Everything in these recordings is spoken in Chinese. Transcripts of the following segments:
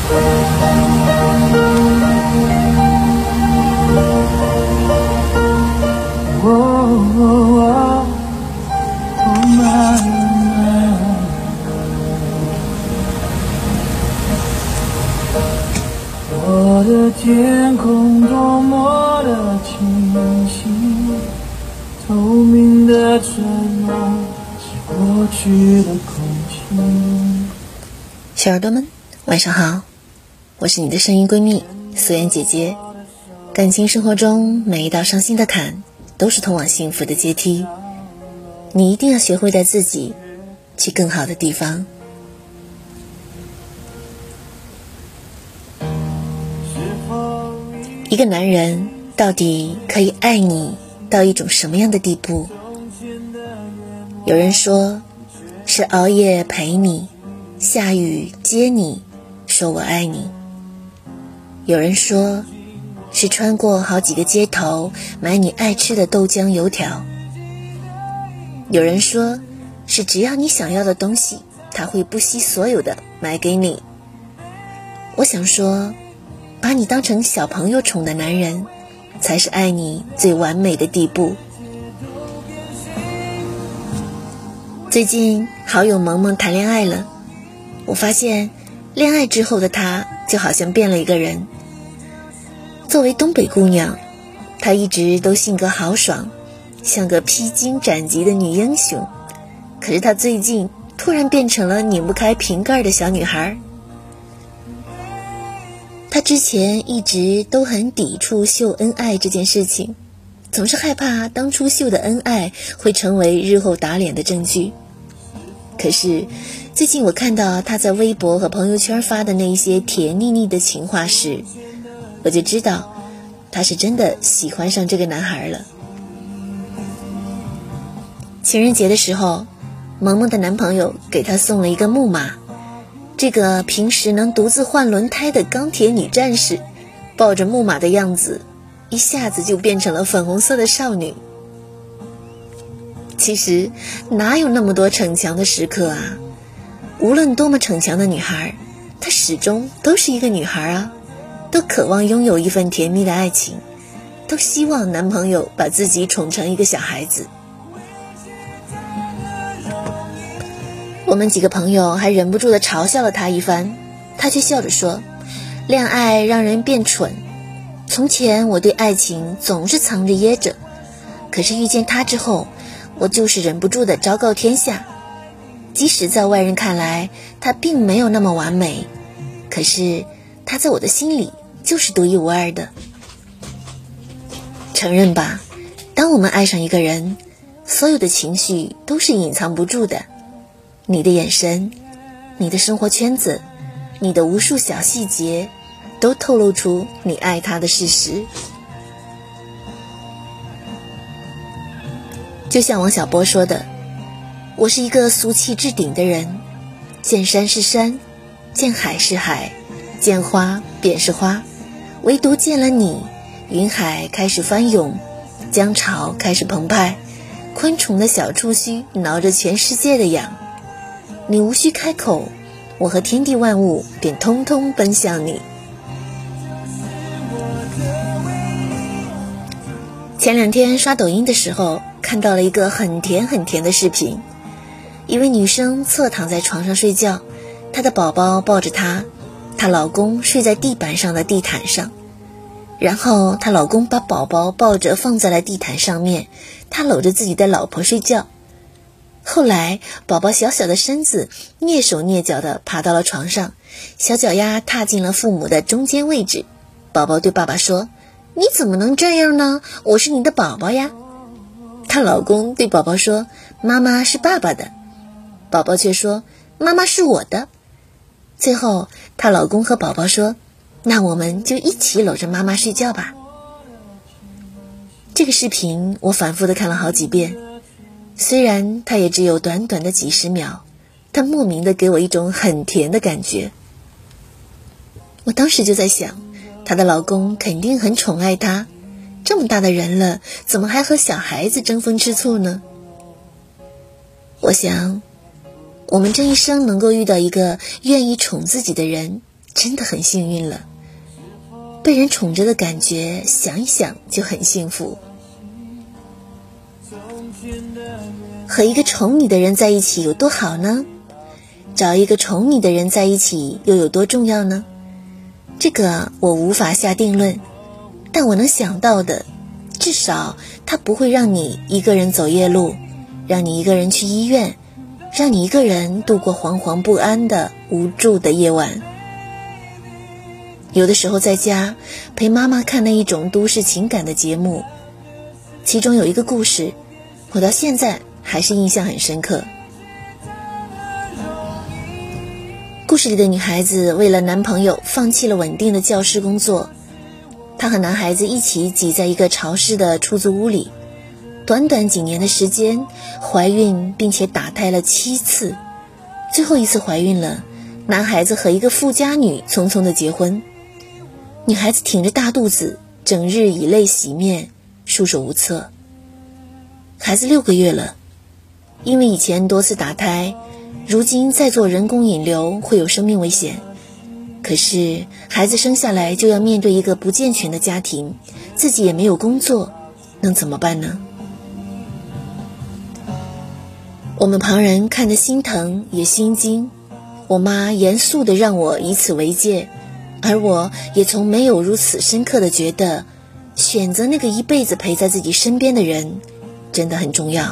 我的天空多么的清晰，透明的承诺是过去的空气。 小耳朵们晚上好，我是你的声音闺蜜素颜姐姐。感情生活中每一道伤心的坎都是通往幸福的阶梯，你一定要学会带自己去更好的地方。一个男人到底可以爱你到一种什么样的地步？有人说是熬夜陪你，下雨接你，说我爱你。有人说是穿过好几个街头买你爱吃的豆浆油条。有人说是只要你想要的东西，他会不惜所有的买给你。我想说，把你当成小朋友宠的男人，才是爱你最完美的地步。最近好友萌萌谈恋爱了，我发现恋爱之后的她就好像变了一个人。作为东北姑娘，她一直都性格豪爽，像个披荆斩棘的女英雄。可是她最近突然变成了拧不开瓶盖的小女孩。她之前一直都很抵触秀恩爱这件事情，总是害怕当初秀的恩爱会成为日后打脸的证据。可是最近我看到她在微博和朋友圈发的那一些甜腻腻的情话时，我就知道她是真的喜欢上这个男孩了。情人节的时候，萌萌的男朋友给她送了一个木马，这个平时能独自换轮胎的钢铁女战士，抱着木马的样子一下子就变成了粉红色的少女。其实哪有那么多逞强的时刻啊，无论多么逞强的女孩，她始终都是一个女孩啊，都渴望拥有一份甜蜜的爱情，都希望男朋友把自己宠成一个小孩子。我们几个朋友还忍不住地嘲笑了她一番，她却笑着说，恋爱让人变蠢，从前我对爱情总是藏着掖着，可是遇见他之后，我就是忍不住地昭告天下。即使在外人看来他并没有那么完美，可是他在我的心里就是独一无二的。承认吧，当我们爱上一个人，所有的情绪都是隐藏不住的，你的眼神，你的生活圈子，你的无数小细节，都透露出你爱他的事实。就像王小波说的，我是一个俗气至顶的人，见山是山，见海是海，见花便是花，唯独见了你，云海开始翻涌，江潮开始澎湃，昆虫的小触须挠着全世界的痒。你无需开口，我和天地万物便通通奔向你。前两天刷抖音的时候，看到了一个很甜很甜的视频。一位女生侧躺在床上睡觉，她的宝宝抱着她，她老公睡在地板上的地毯上，然后她老公把宝宝抱着放在了地毯上面，她搂着自己的老婆睡觉。后来宝宝小小的身子蹑手蹑脚地爬到了床上，小脚丫踏进了父母的中间位置。宝宝对爸爸说，你怎么能这样呢？我是你的宝宝呀。她老公对宝宝说，妈妈是爸爸的。宝宝却说，妈妈是我的。最后她老公和宝宝说，那我们就一起搂着妈妈睡觉吧。这个视频我反复地看了好几遍，虽然它也只有短短的几十秒，但莫名的给我一种很甜的感觉。我当时就在想，她的老公肯定很宠爱她，这么大的人了，怎么还和小孩子争风吃醋呢？我想，我们这一生能够遇到一个愿意宠自己的人， 真的很幸运了。被人宠着的感觉，想一想就很幸福。和一个宠你的人在一起有多好呢？找一个宠你的人在一起又有多重要呢？这个我无法下定论，但我能想到的，至少他不会让你一个人走夜路，让你一个人去医院，让你一个人度过惶惶不安的无助的夜晚。有的时候在家陪妈妈看那一种都市情感的节目，其中有一个故事，我到现在还是印象很深刻。故事里的女孩子为了男朋友放弃了稳定的教师工作，她和男孩子一起挤在一个潮湿的出租屋里，短短几年的时间怀孕并且打胎了7次，最后一次怀孕了，男孩子和一个富家女匆匆的结婚。女孩子挺着大肚子，整日以泪洗面，束手无策。孩子6个月了，因为以前多次打胎，如今再做人工引流会有生命危险。可是孩子生下来就要面对一个不健全的家庭，自己也没有工作，能怎么办呢？我们旁人看得心疼也心惊，我妈严肃地让我以此为戒，而我也从没有如此深刻地觉得，选择那个一辈子陪在自己身边的人真的很重要。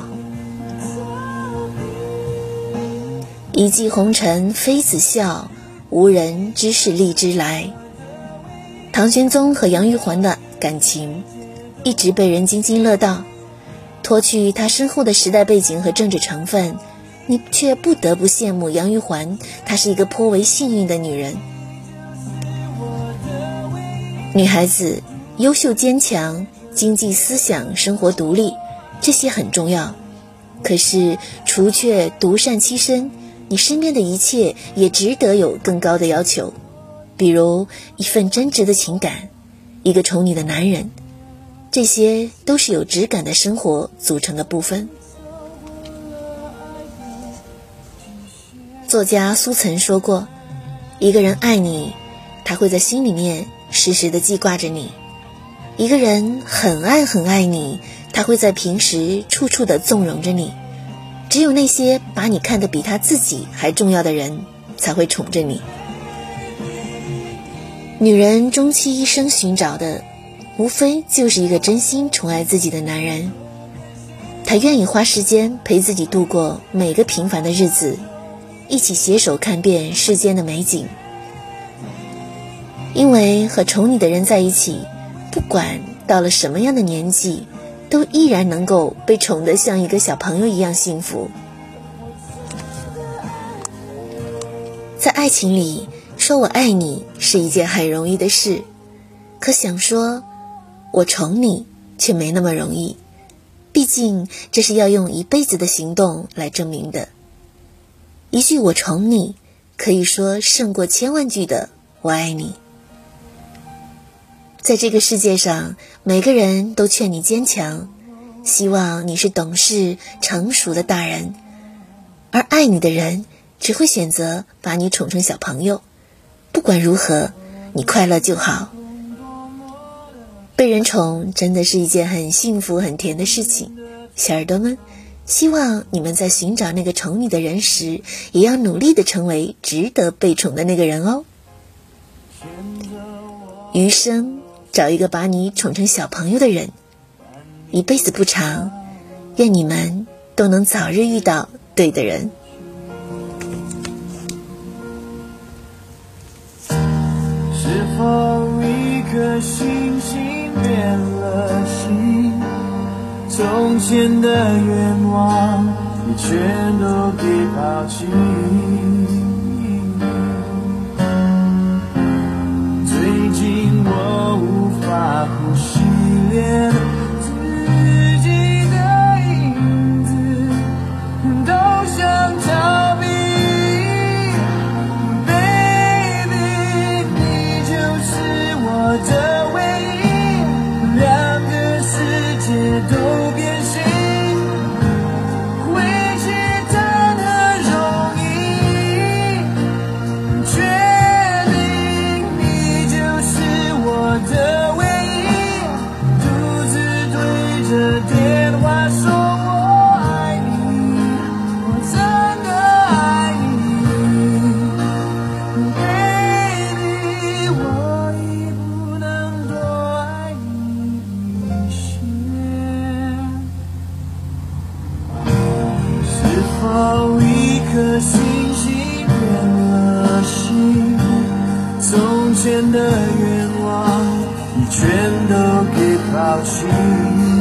一骑红尘妃子笑，无人知是荔枝来。唐玄宗和杨玉环的感情一直被人津津乐道，脱去他身后的时代背景和政治成分，你却不得不羡慕杨玉环，她是一个颇为幸运的女人。女孩子优秀坚强，经济思想生活独立，这些很重要。可是除却独善其身，你身边的一切也值得有更高的要求，比如一份真挚的情感，一个宠你的男人，这些都是有质感的生活组成的部分。作家苏岑说过，一个人爱你，他会在心里面时时地记挂着你；一个人很爱你，他会在平时处处地纵容着你。只有那些把你看得比他自己还重要的人，才会宠着你。女人终其一生寻找的，无非就是一个真心宠爱自己的男人。他愿意花时间陪自己度过每个平凡的日子，一起携手看遍世间的美景。因为和宠你的人在一起，不管到了什么样的年纪，都依然能够被宠得像一个小朋友一样幸福。在爱情里，说我爱你是一件很容易的事，可想说我宠你却没那么容易，毕竟这是要用一辈子的行动来证明的。一句我宠你，可以说胜过千万句的我爱你。在这个世界上，每个人都劝你坚强，希望你是懂事成熟的大人，而爱你的人只会选择把你宠成小朋友。不管如何，你快乐就好。被人宠真的是一件很幸福很甜的事情，小耳朵们，希望你们在寻找那个宠你的人时，也要努力地成为值得被宠的那个人哦。余生找一个把你宠成小朋友的人，一辈子不长，愿你们都能早日遇到对的人。 是否一颗星星变了心，从前的愿望你全都给抛弃，最近我无法呼吸，连自己的影子都想逃避。 Baby， 你就是我的唯一，两个世界都变形，回去谈何容易。 现的愿望，你全都给抛弃。